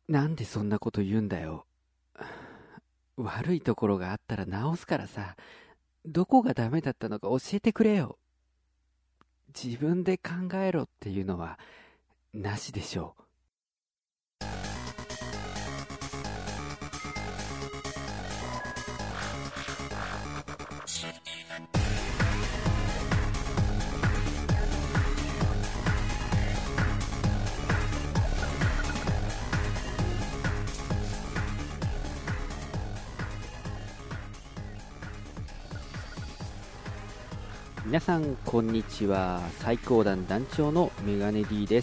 なんでそんなこと言うんだよ。悪いところがあったら直すからさ。どこがダメだったのか教えてくれよ。自分で考えろっていうのはなしでしょう。皆さんこんにちは。最高段団長のメガネ D です。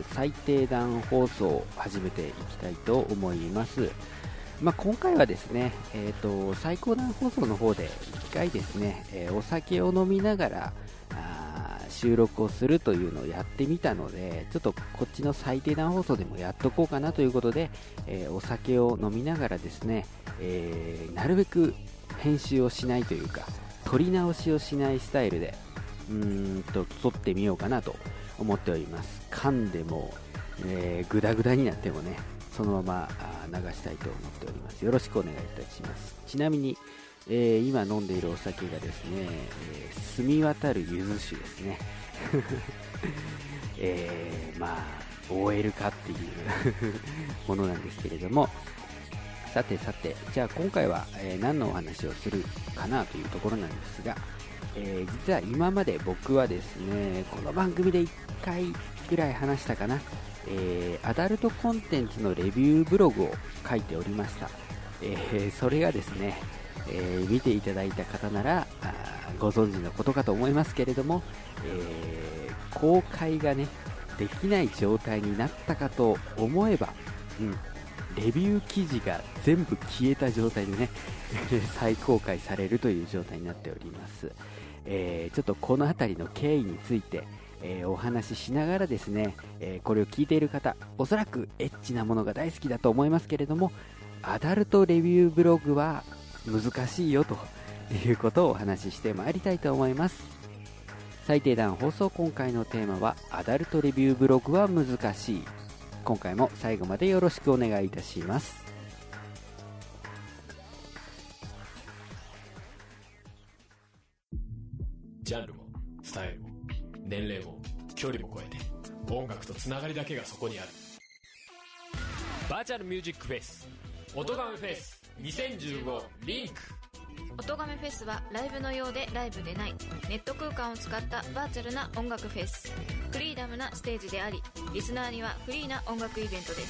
最低段放送を始めていきたいと思います。今回はですね、最高段放送の方で1回ですね、お酒を飲みながら収録をするというのをやってみたので、ちょっとこっちの最低段放送でもやっとこうかなということで、お酒を飲みながらですね、なるべく編集をしないというか撮り直しをしないスタイルで撮ってみようかなと思っております。噛んでも、グダグダになってもね、そのまま流したいと思っております。よろしくお願いいたします。ちなみに、今飲んでいるお酒がですね、澄み渡る柚子酒ですね。OL かっていうものなんですけれども、さてさて、じゃあ今回は、何のお話をするかなというところなんですが、実は今まで僕はですね、この番組で1回ぐらい話したかな、アダルトコンテンツのレビューブログを書いておりました。それがですね、見ていただいた方ならご存知のことかと思いますけれども、公開がねできない状態になったかと思えば、レビュー記事が全部消えた状態でね再公開されるという状態になっております。ちょっとこの辺りの経緯について、お話ししながらですね、これを聞いている方、おそらくエッチなものが大好きだと思いますけれども、アダルトレビューブログは難しいよということをお話ししてまいりたいと思います。最低段放送、今回のテーマはアダルトレビューブログは難しい。今回も最後までよろしくお願いいたします。 ジャンルもスタイルも年齢も距離も超えて音楽とつながりだけがそこにある。バーチャルミュージックフェス音亀フェス2015リンク。 音亀フェスはライブのようでライブでないネット空間を使ったバーチャルな音楽フェス。フリーダムなステージであり、リスナーにはフリーな音楽イベントです。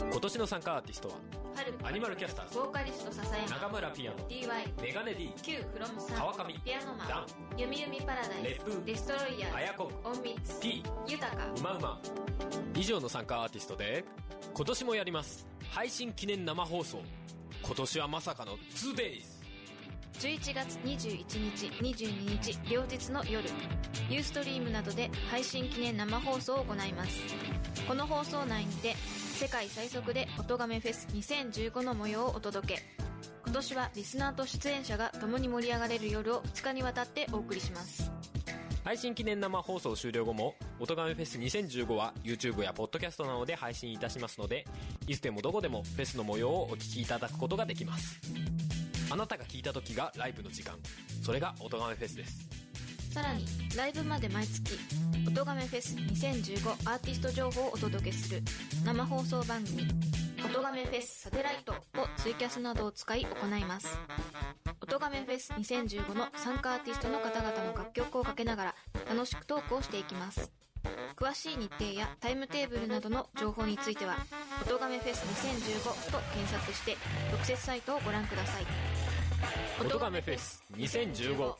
今年の参加アーティストは春アニマルキャスターズ、 ボーカリスト笹山、 中村ピアノ、 DY、 メガネ D、 Q フロムさん、 川上、 ピアノマン、 ダン、 ゆみゆみパラダイス、 レップー、 デストロイヤー、 あやこぶ、 オンミッツ、 T、 豊か、 うまうま以上の参加アーティストで今年もやります配信記念生放送。今年はまさかの 2days。 11月21日22日両日の夜、ユーストリームなどで配信記念生放送を行います。この放送内にて世界最速で音亀フェス2015の模様をお届け。今年はリスナーと出演者が共に盛り上がれる夜を2日にわたってお送りします。 配信記念生放送終了後も音亀フェス2015は YouTube やポッドキャストなどで配信いたしますので、いつでもどこでもフェスの模様をお聞きいただくことができます。あなたが聞いた時がライブの時間、それが音亀フェスです。 さらにライブまで毎月音亀フェス2015アーティスト情報をお届けする生放送番組音亀フェスサテライトをツイキャスなどを使い行います。音亀フェス2015の参加アーティストの方々の楽曲をかけながら楽しくトークをしていきます。詳しい日程やタイムテーブルなどの情報については音亀フェス2015と検索して特設サイトをご覧ください。 音亀フェス2015。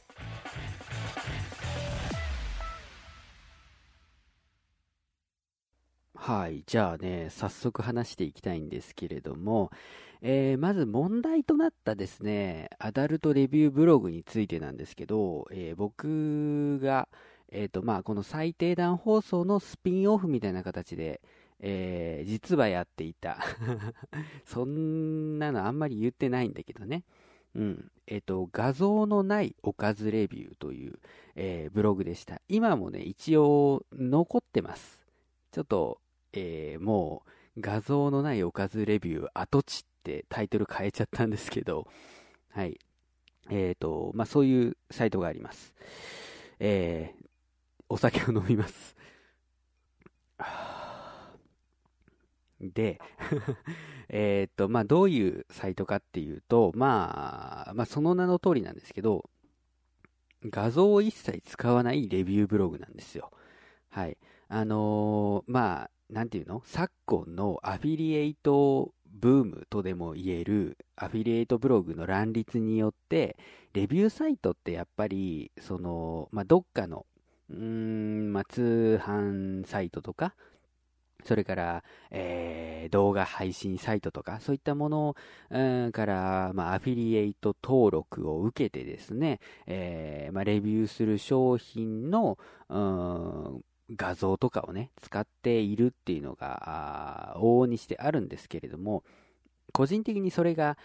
はい、じゃあね、早速話していきたいんですけれども、まず問題となったですね、アダルトレビューブログについてなんですけど、僕が、この最低段放送のスピンオフみたいな形で、実はやっていた。そんなのあんまり言ってないんだけどね。画像のないおかずレビューという、ブログでした。今もね、一応残ってます。ちょっと、もう画像のないおかずレビュー跡地ってタイトル変えちゃったんですけど、はい。そういうサイトがあります。お酒を飲みます。で、どういうサイトかっていうと、その名の通りなんですけど、画像を一切使わないレビューブログなんですよ。はい。なんていうの、昨今のアフィリエイトブームとでも言えるアフィリエイトブログの乱立によって、レビューサイトってやっぱり、どっかの、通販サイトとか、それから、動画配信サイトとか、そういったもの、から、アフィリエイト登録を受けてですね、レビューする商品の、画像とかをね、使っているっていうのが、往々にしてあるんですけれども、個人的にそれが、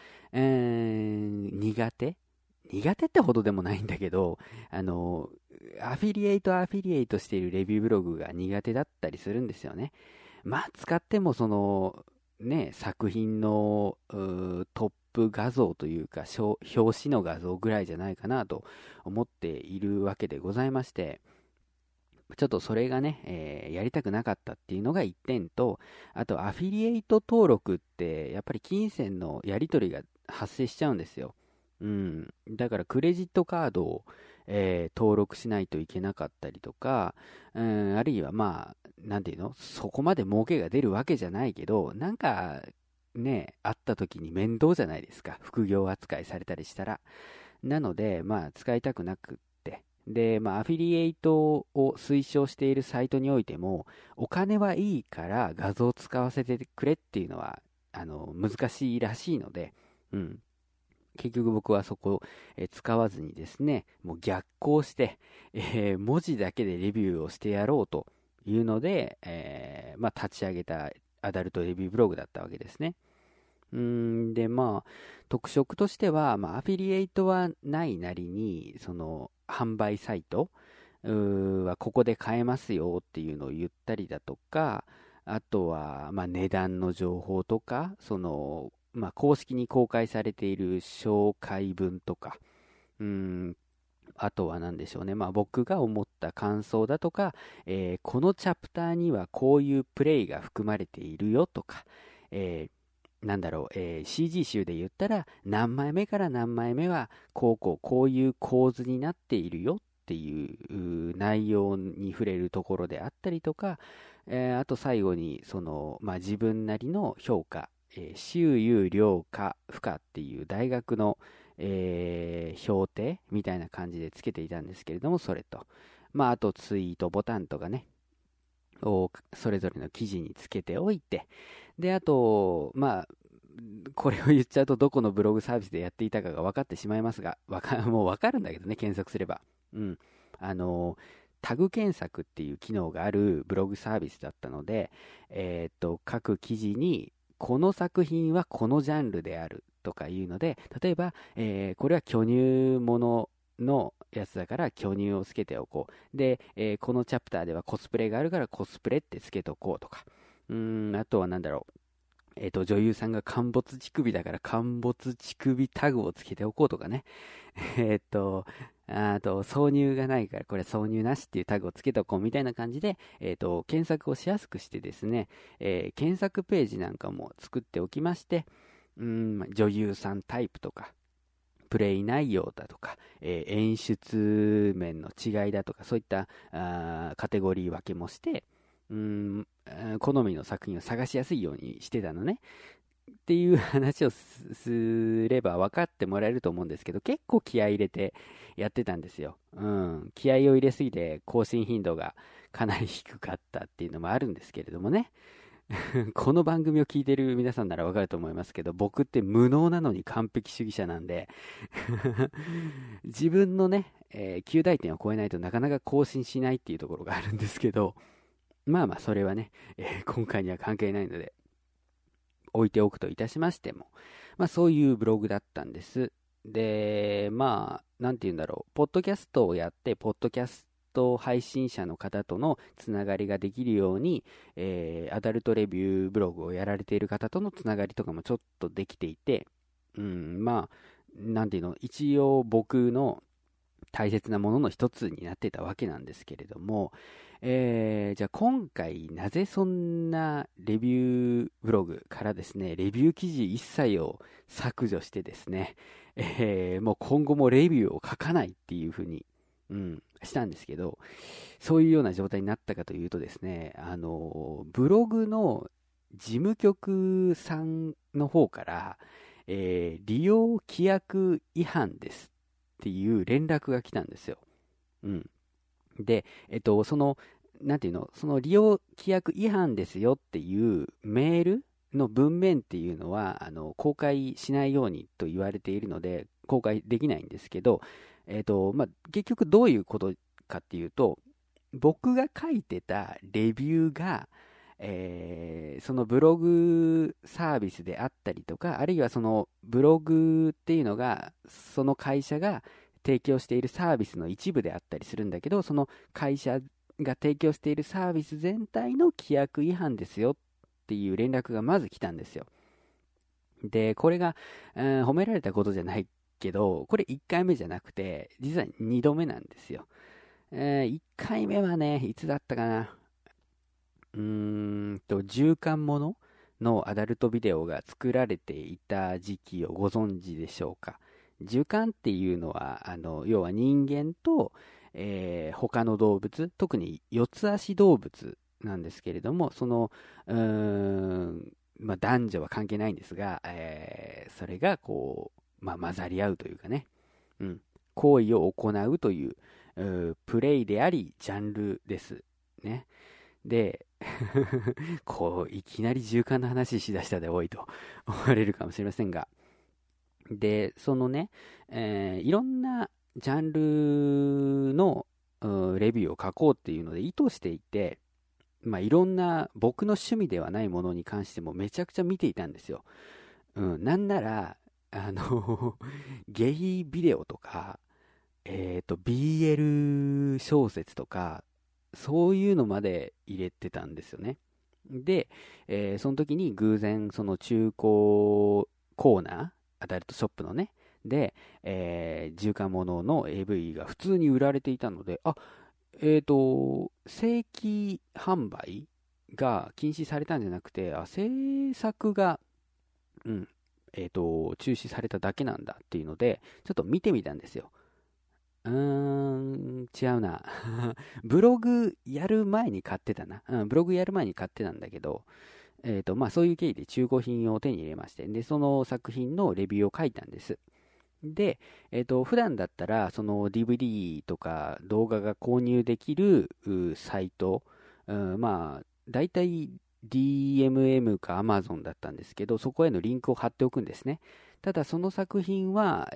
苦手ってほどでもないんだけど、アフィリエイトしているレビューブログが苦手だったりするんですよね。使っても作品のトップ画像というか、表紙の画像ぐらいじゃないかなと思っているわけでございまして、ちょっとそれがね、やりたくなかったっていうのが一点と、あとアフィリエイト登録って、やっぱり金銭のやり取りが発生しちゃうんですよ。だからクレジットカードを、登録しないといけなかったりとか、あるいはなんていうの、そこまで儲けが出るわけじゃないけど、なんかね、あった時に面倒じゃないですか。副業扱いされたりしたら。なので、使いたくなくって。で、アフィリエイトを推奨しているサイトにおいても、お金はいいから画像を使わせてくれっていうのは、難しいらしいので、結局僕はそこを使わずにですね、もう逆行して、文字だけでレビューをしてやろうというので、立ち上げたアダルトレビューブログだったわけですね。で、特色としては、アフィリエイトはないなりに、その、販売サイトはここで買えますよっていうのを言ったりだとか、あとは、値段の情報とか、公式に公開されている紹介文とか、あとは何でしょうね、僕が思った感想だとか、このチャプターにはこういうプレイが含まれているよとか、CG 集で言ったら何枚目から何枚目はこういう構図になっているよっていう内容に触れるところであったりとか、あと最後に自分なりの評価、修有量価不可っていう大学の、評定みたいな感じでつけていたんですけれども、それと、あとツイートボタンとかね、をそれぞれの記事につけておいて、で、あと、これを言っちゃうとどこのブログサービスでやっていたかが分かってしまいますが、もう分かるんだけどね、検索すれば。タグ検索っていう機能があるブログサービスだったので、各記事に、この作品はこのジャンルであるとかいうので、例えば、これは巨乳もののやつだから巨乳をつけておこう。で、このチャプターではコスプレがあるからコスプレってつけておこうとか。あとは女優さんが陥没乳首だから陥没乳首タグをつけておこうとかね。あと、挿入がないからこれ挿入なしっていうタグをつけておこうみたいな感じで、検索をしやすくしてですね、検索ページなんかも作っておきまして、女優さんタイプとか、プレイ内容だとか、演出面の違いだとか、そういったカテゴリー分けもして、好みの作品を探しやすいようにしてたのね。っていう話をすれば分かってもらえると思うんですけど、結構気合い入れてやってたんですよ。気合を入れすぎて更新頻度がかなり低かったっていうのもあるんですけれどもね。この番組を聞いてる皆さんならわかると思いますけど、僕って無能なのに完璧主義者なんで自分のね、及第点を超えないとなかなか更新しないっていうところがあるんですけど、それはね、今回には関係ないので置いておくといたしましても、そういうブログだったんです。で、なんて言うんだろう、ポッドキャストをやって、ポッドキャストト配信者の方とのつながりができるように、アダルトレビューブログをやられている方とのつながりとかもちょっとできていて、まあ、なんていうの、一応僕の大切なものの一つになってたわけなんですけれども、じゃあ今回なぜそんなレビューブログからですね、レビュー記事一切を削除してですね、もう今後もレビューを書かないっていうふうに、したんですけど、そういうような状態になったかというとですね、ブログの事務局さんの方から、利用規約違反ですっていう連絡が来たんですよ。で、なんていうの、その利用規約違反ですよっていうメールの文面っていうのは、公開しないようにと言われているので、公開できないんですけど、結局どういうことかっていうと、僕が書いてたレビューが、そのブログサービスであったりとか、あるいはそのブログっていうのが、その会社が提供しているサービスの一部であったりするんだけど、その会社が提供しているサービス全体の規約違反ですよっていう連絡がまず来たんですよ。で、これが、褒められたことじゃないけど、これ1回目じゃなくて、実は2度目なんですよ。1回目はね、いつだったかな。10巻もののアダルトビデオが作られていた時期をご存知でしょうか。10巻っていうのは、要は人間と、他の動物、特に四つ足動物なんですけれども、男女は関係ないんですが、それがこう、混ざり合うというかね、行為を行うという、プレイであり、ジャンルですね。で、こう、いきなり循環の話しだしたで多いと思われるかもしれませんが、で、そのね、いろんなジャンルのレビューを書こうっていうので意図していて、いろんな僕の趣味ではないものに関してもめちゃくちゃ見ていたんですよ。なんなら、ゲイビデオとか、BL 小説とか、そういうのまで入れてたんですよね。で、その時に偶然、その中古コーナー、アダルトショップのね、で、10巻ものの AV が普通に売られていたので、正規販売が禁止されたんじゃなくて、制作が、中止されただけなんだっていうので、ちょっと見てみたんですよ。違うな。ブログやる前に買ってたな。ブログやる前に買ってたんだけど、そういう経緯で中古品を手に入れまして、で、その作品のレビューを書いたんです。で、普段だったら、その DVD とか動画が購入できるサイト、だいたい DMM か Amazon だったんですけど、そこへのリンクを貼っておくんですね。ただ、その作品は、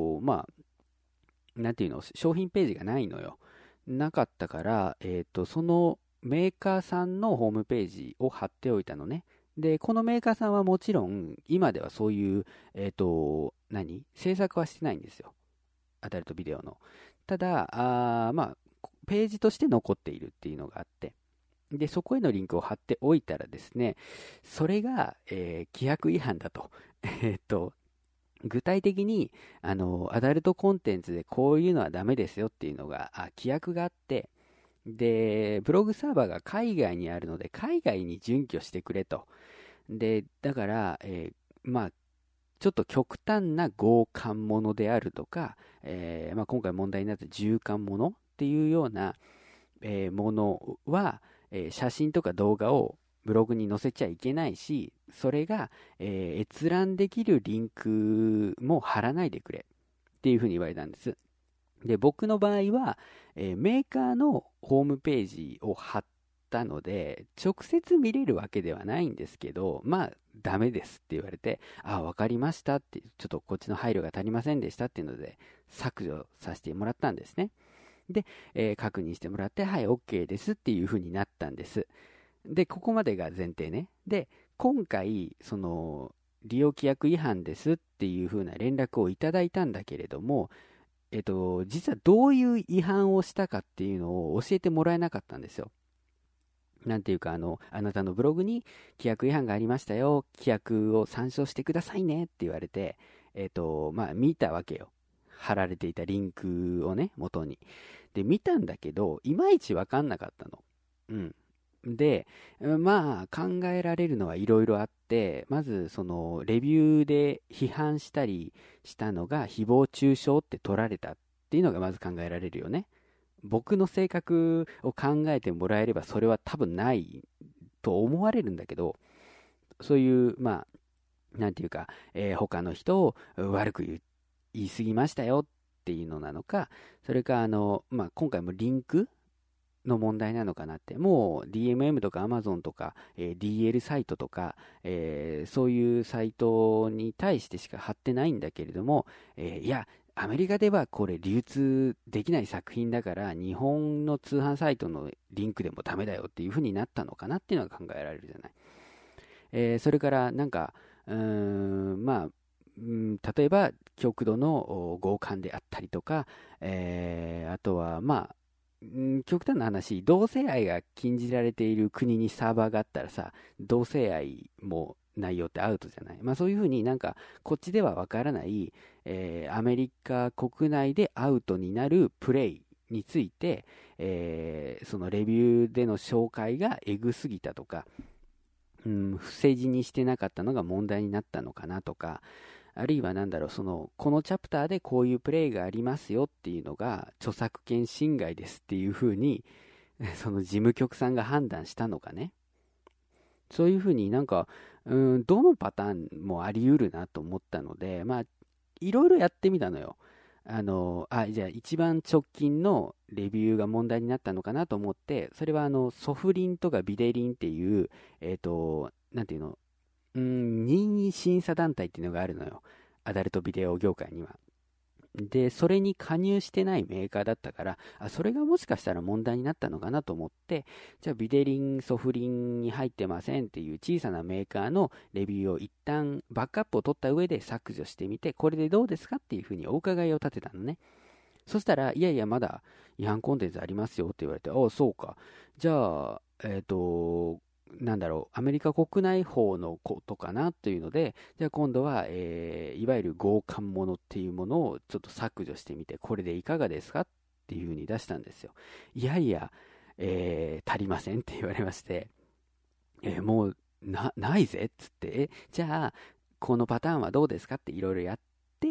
なんていうの、商品ページがないのよ。なかったから、そのメーカーさんのホームページを貼っておいたのね。で、このメーカーさんはもちろん、今ではそういう、制作はしてないんですよ。アダルトビデオの。ただ、ページとして残っているっていうのがあって。で、そこへのリンクを貼っておいたらですね、それが、規約違反だと。具体的に、アダルトコンテンツでこういうのはダメですよっていうのが、規約があって、で、ブログサーバーが海外にあるので、海外に準拠してくれと。で、だから、ちょっと極端な強姦ものであるとか、今回問題になった従姦ものっていうような、ものは、写真とか動画をブログに載せちゃいけないし、それが、閲覧できるリンクも貼らないでくれっていうふうに言われたんです。で、僕の場合は、メーカーのホームページを貼ったので、直接見れるわけではないんですけど、ダメですって言われて、わかりましたって、ちょっとこっちの配慮が足りませんでしたっていうので、削除させてもらったんですね。で、確認してもらって、はい、OK ですっていう風になったんです。で、ここまでが前提ね。で、今回、その、利用規約違反ですっていう風な連絡をいただいたんだけれども、 実はどういう違反をしたかっていうのを教えてもらえなかったんですよ。なんていうか、あなたのブログに規約違反がありましたよ。規約を参照してくださいねって言われて、見たわけよ。貼られていたリンクをね、元に。で、見たんだけど、いまいちわかんなかったの。うん。で、まあ、考えられるのはいろいろあって、まず、その、レビューで批判したりしたのが、誹謗中傷って取られたっていうのがまず考えられるよね。僕の性格を考えてもらえれば、それは多分ないと思われるんだけど、そういう、まあ、なんていうか、他の人を悪く言い過ぎましたよっていうのなのか、それか、今回もリンクの問題なのかなって、もう DMM とか Amazon とか、DL サイトとか、そういうサイトに対してしか貼ってないんだけれども、いや、アメリカではこれ流通できない作品だから日本の通販サイトのリンクでもダメだよっていう風になったのかなっていうのが考えられるじゃない。それからなんか例えば極度の強姦であったりとか、あとは極端な話、同性愛が禁じられている国にサーバーがあったらさ、同性愛も内容ってアウトじゃない。そういうふうになんかこっちではわからない、アメリカ国内でアウトになるプレイについて、そのレビューでの紹介がエグすぎたとか、不正字にしてなかったのが問題になったのかなとか、あるいはこのチャプターでこういうプレイがありますよっていうのが著作権侵害ですっていうふうに、その事務局さんが判断したのかね。そういうふうになんか、どのパターンもあり得るなと思ったので、いろいろやってみたのよ。じゃあ一番直近のレビューが問題になったのかなと思って、それはソフリンとかビデリンっていう、なんていうの、任意審査団体っていうのがあるのよ。アダルトビデオ業界には。で、それに加入してないメーカーだったから、それがもしかしたら問題になったのかなと思って、じゃあビデリン、ソフリンに入ってませんっていう小さなメーカーのレビューを一旦バックアップを取った上で削除してみて、これでどうですかっていうふうにお伺いを立てたのね。そしたら、いやいや、まだ違反コンテンツありますよって言われて、そうか。じゃあ、アメリカ国内法のことかなというので、じゃあ今度は、いわゆる強姦物っていうものをちょっと削除してみて、これでいかがですかっていうふうに出したんですよ。いやいや、足りませんって言われまして、もうないぜっつって、じゃあ、このパターンはどうですかっていろいろやって、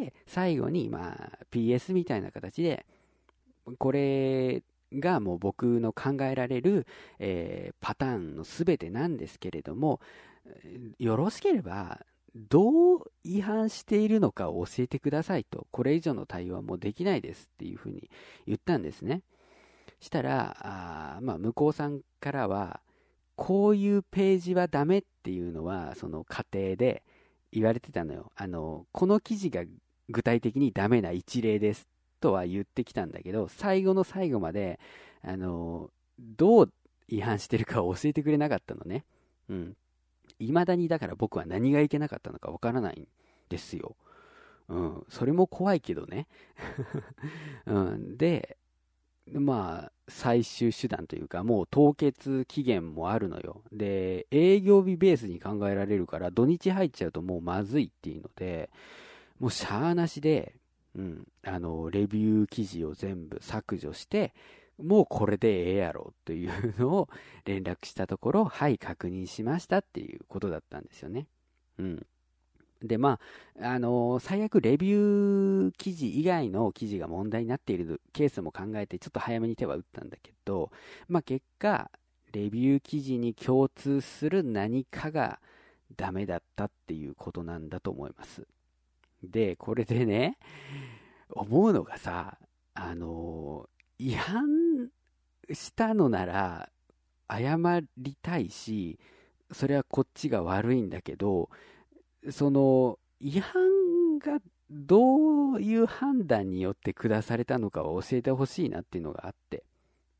最後に、PS みたいな形で、これがもう僕の考えられる、パターンのすべてなんですけれども、よろしければどう違反しているのかを教えてくださいと、これ以上の対応はもうできないですっていうふうに言ったんですね。したら向こうさんからは、こういうページはダメっていうのはその過程で言われてたのよ。この記事が具体的にダメな一例ですとは言ってきたんだけど、最後の最後まで、どう違反してるかを教えてくれなかったのね。うん。未だにだから僕は何がいけなかったのかわからないんですよ。うん。それも怖いけどね。うん。で、最終手段というか、もう凍結期限もあるのよ。で、営業日ベースに考えられるから、土日入っちゃうともうまずいっていうので、もうしゃーなしで、レビュー記事を全部削除して、もうこれでええやろっていうのを連絡したところ、はい、確認しましたっていうことだったんですよね。うん。で、最悪レビュー記事以外の記事が問題になっているケースも考えて、ちょっと早めに手は打ったんだけど、結果、レビュー記事に共通する何かがダメだったっていうことなんだと思います。で、これでね、思うのがさ、違反したのなら謝りたいし、それはこっちが悪いんだけど、その違反がどういう判断によって下されたのかを教えてほしいなっていうのがあって、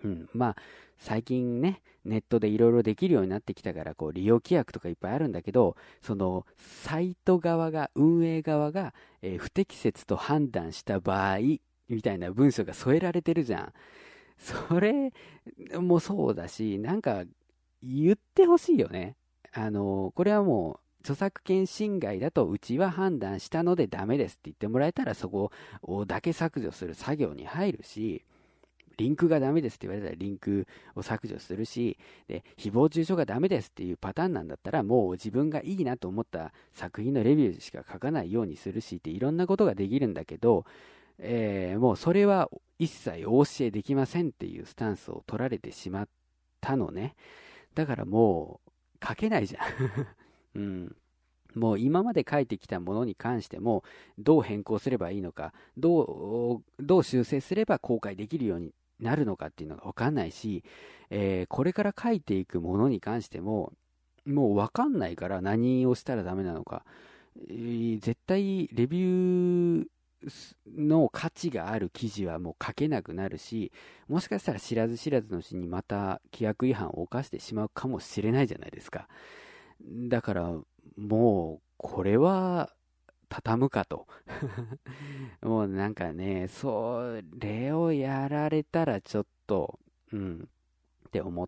まあ、最近ね、ネットでいろいろできるようになってきたから、こう、利用規約とかいっぱいあるんだけど、その、サイト側が、運営側が、不適切と判断した場合、みたいな文章が添えられてるじゃん。それもそうだし、なんか、言ってほしいよね。これはもう、著作権侵害だとうちは判断したのでダメですって言ってもらえたらそこをだけ削除する作業に入るし、リンクがダメですって言われたらリンクを削除するし、で、誹謗中傷がダメですっていうパターンなんだったらもう自分がいいなと思った作品のレビューしか書かないようにするしっていろんなことができるんだけど、もうそれは一切お教えできませんっていうスタンスを取られてしまったのね。だからもう書けないじゃん。もう今まで書いてきたものに関してもどう変更すればいいのか、どう修正すれば公開できるようになるのかっていうのが分かんないし、これから書いていくものに関してももう分かんないから何をしたらダメなのか、絶対レビューの価値がある記事はもう書けなくなるし、もしかしたら知らず知らずのうちにまた規約違反を犯してしまうかもしれないじゃないですか。だからもうこれは畳むかともうなんかね、それをやられたらちょっとって思って、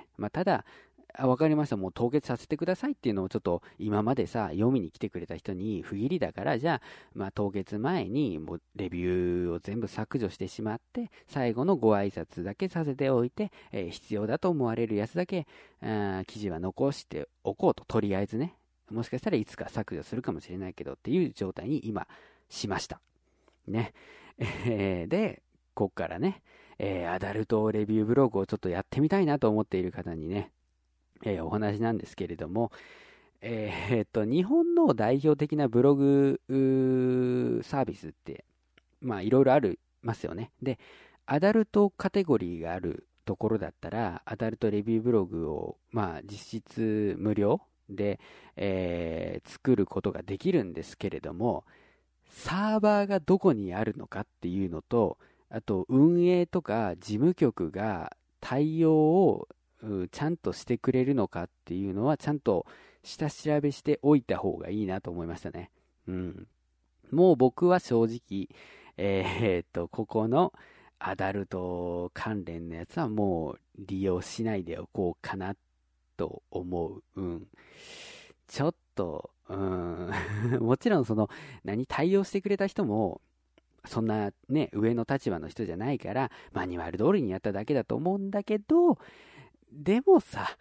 ただわかりました、もう凍結させてくださいっていうのをちょっと今までさ読みに来てくれた人に不義理だから、じゃあ、凍結前にもうレビューを全部削除してしまって最後のご挨拶だけさせておいて、必要だと思われるやつだけ記事は残しておこうと、とりあえずね、もしかしたらいつか削除するかもしれないけどっていう状態に今しましたね。でこっからね、アダルトレビューブログをちょっとやってみたいなと思っている方にね、お話なんですけれども、日本の代表的なブログサービスっていろいろありますよね。で、アダルトカテゴリーがあるところだったらアダルトレビューブログを実質無料で、作ることができるんですけれども、サーバーがどこにあるのかっていうのと、あと運営とか事務局が対応をちゃんとしてくれるのかっていうのはちゃんと下調べしておいた方がいいなと思いましたね。もう僕は正直、ここのアダルト関連のやつはもう利用しないでおこうかなと思う。ちょっと、もちろん対応してくれた人も、そんなね、上の立場の人じゃないから、マニュアル通りにやっただけだと思うんだけど、でもさ、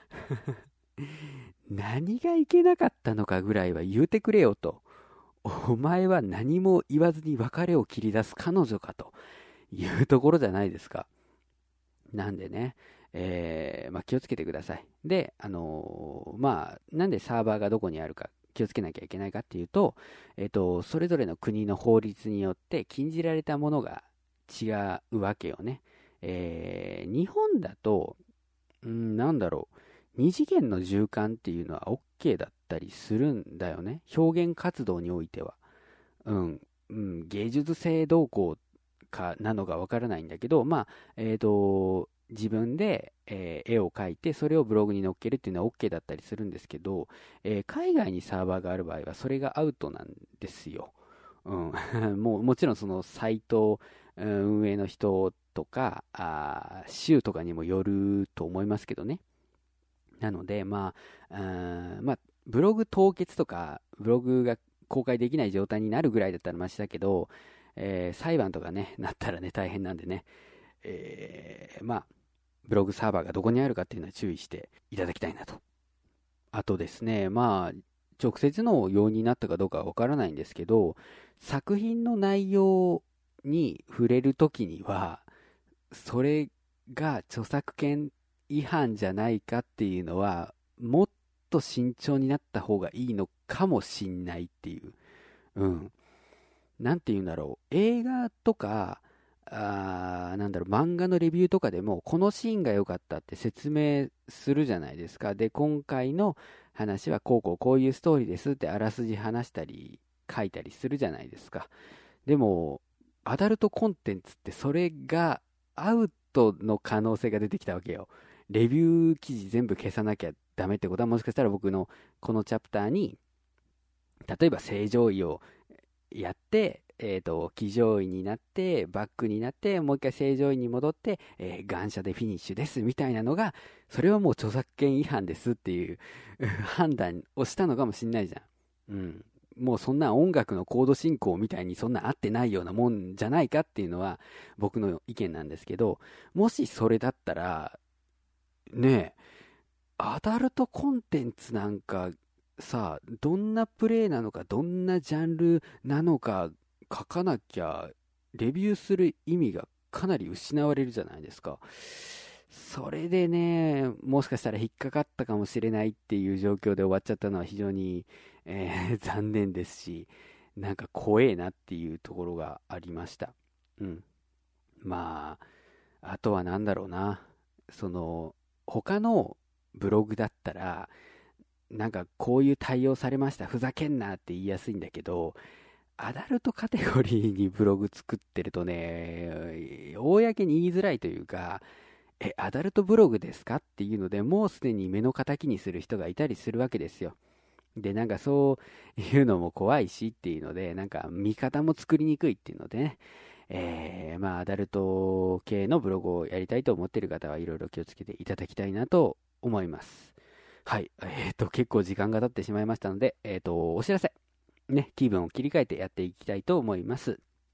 何がいけなかったのかぐらいは言うてくれよと。お前は何も言わずに別れを切り出す彼女かというところじゃないですか。なんでね、気をつけてください。で、なんでサーバーがどこにあるか気をつけなきゃいけないかっていうと、それぞれの国の法律によって禁じられたものが違うわけよね。日本だと、二次元の循環っていうのは OK だったりするんだよね。表現活動においては。芸術性動向かなのかわからないんだけど、自分で、絵を描いてそれをブログに載っけるっていうのは OK だったりするんですけど、海外にサーバーがある場合はそれがアウトなんですよ。もちろんそのサイト運営の人とか州とかにもよると思いますけどね。なのでブログ凍結とかブログが公開できない状態になるぐらいだったらマシだけど、裁判とかねなったらね大変なんでね、ブログサーバーがどこにあるかっていうのは注意していただきたいなと。あとですね、直接の要因になったかどうかはわからないんですけど、作品の内容に触れるときにはそれが著作権違反じゃないかっていうのはもっと慎重になった方がいいのかもしんないっていう。なんていうんだろう、映画とか漫画のレビューとかでもこのシーンが良かったって説明するじゃないですか。で、今回の話はこういうストーリーですってあらすじ話したり書いたりするじゃないですか。でもアダルトコンテンツってそれがアウトの可能性が出てきたわけよ。レビュー記事全部消さなきゃダメってことは、もしかしたら僕のこのチャプターに、例えば正常位をやって、騎乗位になって、バックになって、もう一回正常位に戻って、ガン車でフィニッシュですみたいなのが、それはもう著作権違反ですっていう判断をしたのかもしんないじゃん。うん。もうそんな音楽のコード進行みたいにそんな合ってないようなもんじゃないかっていうのは僕の意見なんですけど、もしそれだったら、ねえ、アダルトコンテンツなんかさ、どんなプレイなのか、どんなジャンルなのか書かなきゃ、レビューする意味がかなり失われるじゃないですか。それでね、もしかしたら引っかかったかもしれないっていう状況で終わっちゃったのは非常に、残念ですし、なんか怖えなっていうところがありました。うん。まあ、あとはなんだろうな。その、他のブログだったら、なんかこういう対応されました、ふざけんなって言いやすいんだけど、アダルトカテゴリーにブログ作ってるとね、公に言いづらいというか、アダルトブログですかっていうので、もうすでに目の敵にする人がいたりするわけですよ。で、なんかそういうのも怖いしっていうので、なんか見方も作りにくいっていうのでね、まあ、アダルト系のブログをやりたいと思っている方はいろいろ気をつけていただきたいなと思います。はい。結構時間が経ってしまいましたので、お知らせ。ね、気分を切り替えてやっていきたいと思います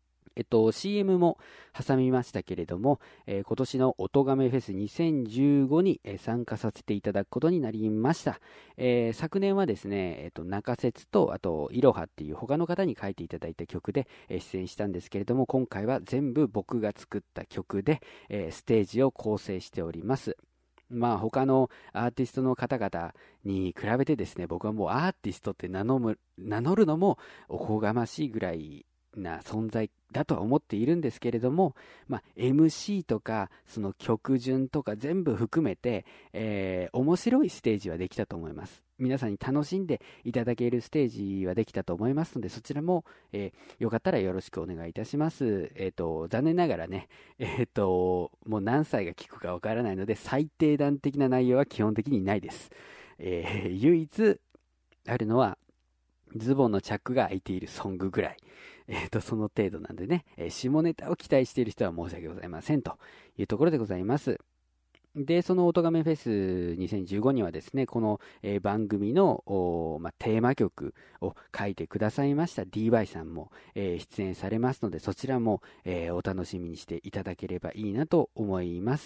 。CM も挟みましたけれども、今年の音亀フェス2015に、参加させていただくことになりました。昨年はですね、中説と、あと、いろはっていう他の方に書いていただいた曲で、出演したんですけれども、今回は全部僕が作った曲で、ステージを構成しております。まあ他のアーティストの方々に比べてですね、僕はもうアーティストって名乗るのもおこがましいぐらいな存在だとは思っているんですけれども、まあ、MC とかその曲順とか全部含めて、面白いステージはできたと思います。皆さんに楽しんでいただけるステージはできたと思いますので、そちらも、よかったらよろしくお願いいたします。残念ながらね、もう何歳が聞くかわからないので、最低段的な内容は基本的にないです。唯一あるのは、ズボンのチャックが開いているソングぐらい。その程度なんでね、下ネタを期待している人は申し訳ございませんというところでございます。で、その音亀フェス2015にはですね、この、番組の、テーマ曲を書いてくださいました DY さんも、出演されますので、そちらも、お楽しみにしていただければいいなと思います。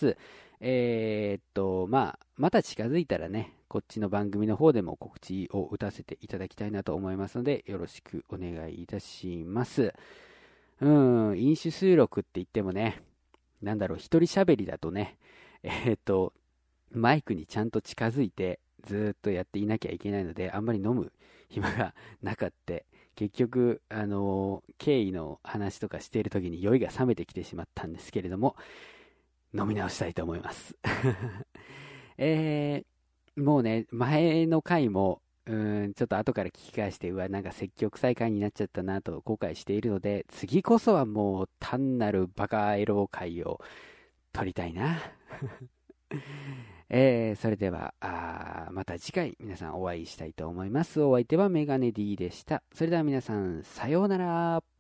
また近づいたらね、こっちの番組の方でも告知を打たせていただきたいなと思いますので、よろしくお願いいたします。飲酒収録って言ってもね、なんだろう、一人喋りだとね、マイクにちゃんと近づいてずーっとやっていなきゃいけないので、あんまり飲む暇がなかった。結局、経緯の話とかしている時に酔いが冷めてきてしまったんですけれども、飲み直したいと思います。もうね、前の回も、ちょっと後から聞き返して、なんか積極臭い回になっちゃったなと後悔しているので、次こそはもう単なるバカ野郎回を撮りたいな。それではまた次回皆さんお会いしたいと思います。お相手はメガネ D でした。それでは皆さん、さようなら。